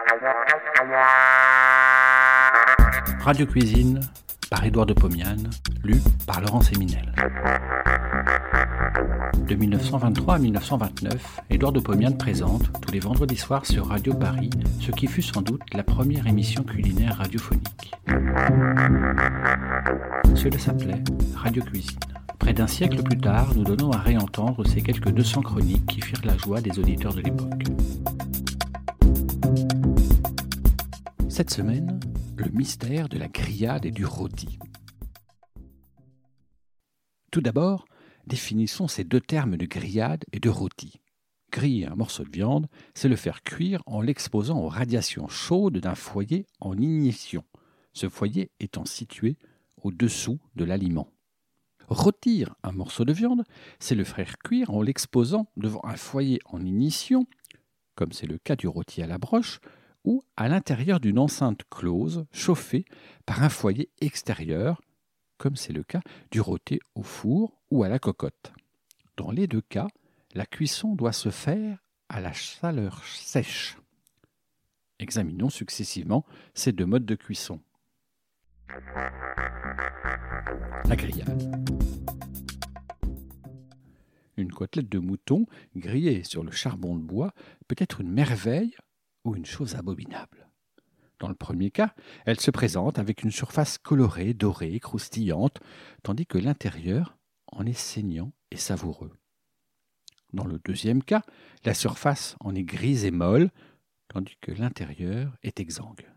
Radio Cuisine par Édouard de Pomiane, lu par Laurent Séminel. De 1923 à 1929, Édouard de Pomiane présente, tous les vendredis soirs sur Radio Paris, ce qui fut sans doute la première émission culinaire radiophonique. Cela s'appelait Radio Cuisine. Près d'un siècle plus tard, nous donnons à réentendre ces quelques 200 chroniques qui firent la joie des auditeurs de l'époque. Cette semaine, le mystère de la grillade et du rôti. Tout d'abord, définissons ces deux termes de grillade et de rôti. Griller un morceau de viande, c'est le faire cuire en l'exposant aux radiations chaudes d'un foyer en ignition, ce foyer étant situé au-dessous de l'aliment. Rôtir un morceau de viande, c'est le faire cuire en l'exposant devant un foyer en ignition, comme c'est le cas du rôti à la broche, ou à l'intérieur d'une enceinte close, chauffée par un foyer extérieur, comme c'est le cas du rôti au four ou à la cocotte. Dans les deux cas, la cuisson doit se faire à la chaleur sèche. Examinons successivement ces deux modes de cuisson. La grillade. Une côtelette de mouton grillée sur le charbon de bois peut être une merveille ou une chose abominable. Dans le premier cas, elle se présente avec une surface colorée, dorée, croustillante, tandis que l'intérieur en est saignant et savoureux. Dans le deuxième cas, la surface en est grise et molle, tandis que l'intérieur est exsangue.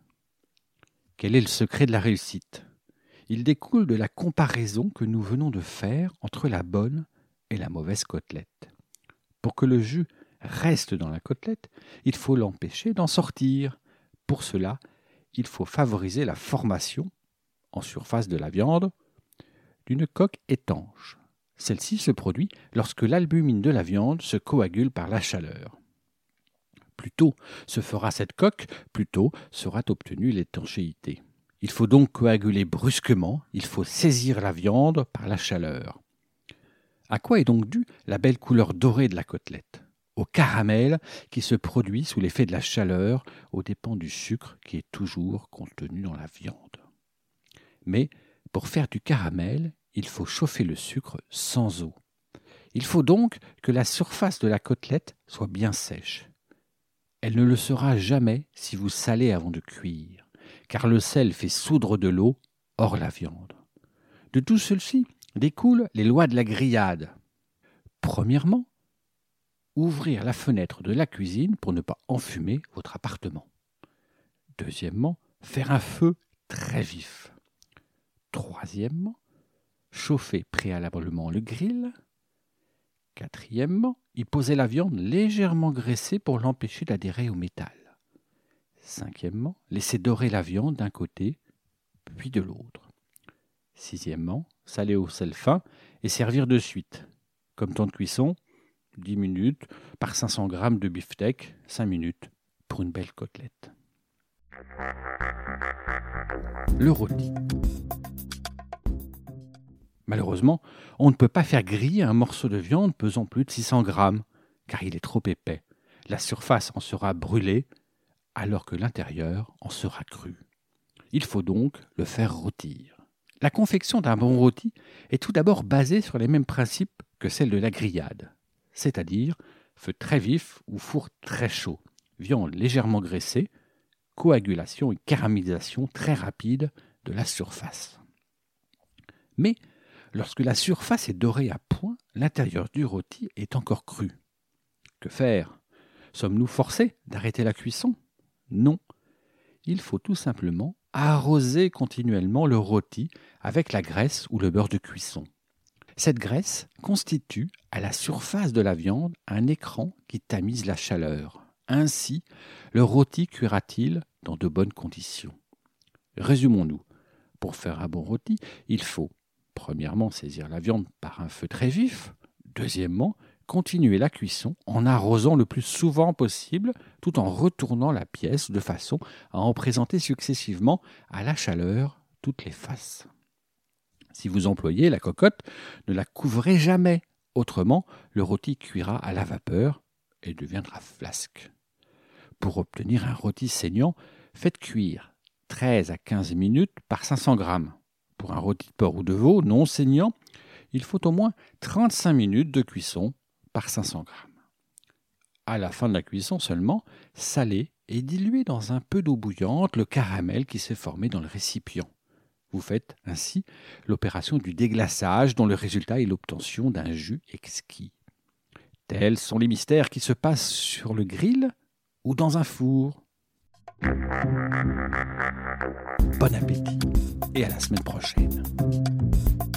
Quel est le secret de la réussite ? Il découle de la comparaison que nous venons de faire entre la bonne et la mauvaise côtelette. Pour que le jus reste dans la côtelette, il faut l'empêcher d'en sortir. Pour cela, il faut favoriser la formation, en surface de la viande, d'une coque étanche. Celle-ci se produit lorsque l'albumine de la viande se coagule par la chaleur. Plus tôt se fera cette coque, plus tôt sera obtenue l'étanchéité. Il faut donc coaguler brusquement, il faut saisir la viande par la chaleur. À quoi est donc due la belle couleur dorée de la côtelette ? Au caramel qui se produit sous l'effet de la chaleur aux dépens du sucre qui est toujours contenu dans la viande. Mais pour faire du caramel, il faut chauffer le sucre sans eau. Il faut donc que la surface de la côtelette soit bien sèche. Elle ne le sera jamais si vous salez avant de cuire, car le sel fait soudre de l'eau hors la viande. De tout ceci découlent les lois de la grillade. Premièrement, ouvrir la fenêtre de la cuisine pour ne pas enfumer votre appartement. Deuxièmement, faire un feu très vif. Troisièmement, chauffer préalablement le grill. Quatrièmement, y poser la viande légèrement graissée pour l'empêcher d'adhérer au métal. Cinquièmement, laisser dorer la viande d'un côté, puis de l'autre. Sixièmement, saler au sel fin et servir de suite. Comme temps de cuisson, 10 minutes par 500 g de beefsteak, 5 minutes pour une belle côtelette. Le rôti. Malheureusement, on ne peut pas faire griller un morceau de viande pesant plus de 600 g, car il est trop épais. La surface en sera brûlée, alors que l'intérieur en sera cru. Il faut donc le faire rôtir. La confection d'un bon rôti est tout d'abord basée sur les mêmes principes que celle de la grillade, c'est-à-dire feu très vif ou four très chaud, viande légèrement graissée, coagulation et caramélisation très rapide de la surface. Mais lorsque la surface est dorée à point, l'intérieur du rôti est encore cru. Que faire ? Sommes-nous forcés d'arrêter la cuisson ? Non. Il faut tout simplement arroser continuellement le rôti avec la graisse ou le beurre de cuisson. Cette graisse constitue à la surface de la viande un écran qui tamise la chaleur. Ainsi, le rôti cuira-t-il dans de bonnes conditions. Résumons-nous. Pour faire un bon rôti, il faut, premièrement, saisir la viande par un feu très vif. Deuxièmement, continuer la cuisson en arrosant le plus souvent possible, tout en retournant la pièce de façon à en présenter successivement à la chaleur toutes les faces. Si vous employez la cocotte, ne la couvrez jamais. Autrement, le rôti cuira à la vapeur et deviendra flasque. Pour obtenir un rôti saignant, faites cuire 13 à 15 minutes par 500 grammes. Pour un rôti de porc ou de veau non saignant, il faut au moins 35 minutes de cuisson par 500 grammes. À la fin de la cuisson seulement, salez et diluez dans un peu d'eau bouillante le caramel qui s'est formé dans le récipient. Vous faites ainsi l'opération du déglaçage dont le résultat est l'obtention d'un jus exquis. Tels sont les mystères qui se passent sur le grill ou dans un four. Bon appétit et à la semaine prochaine.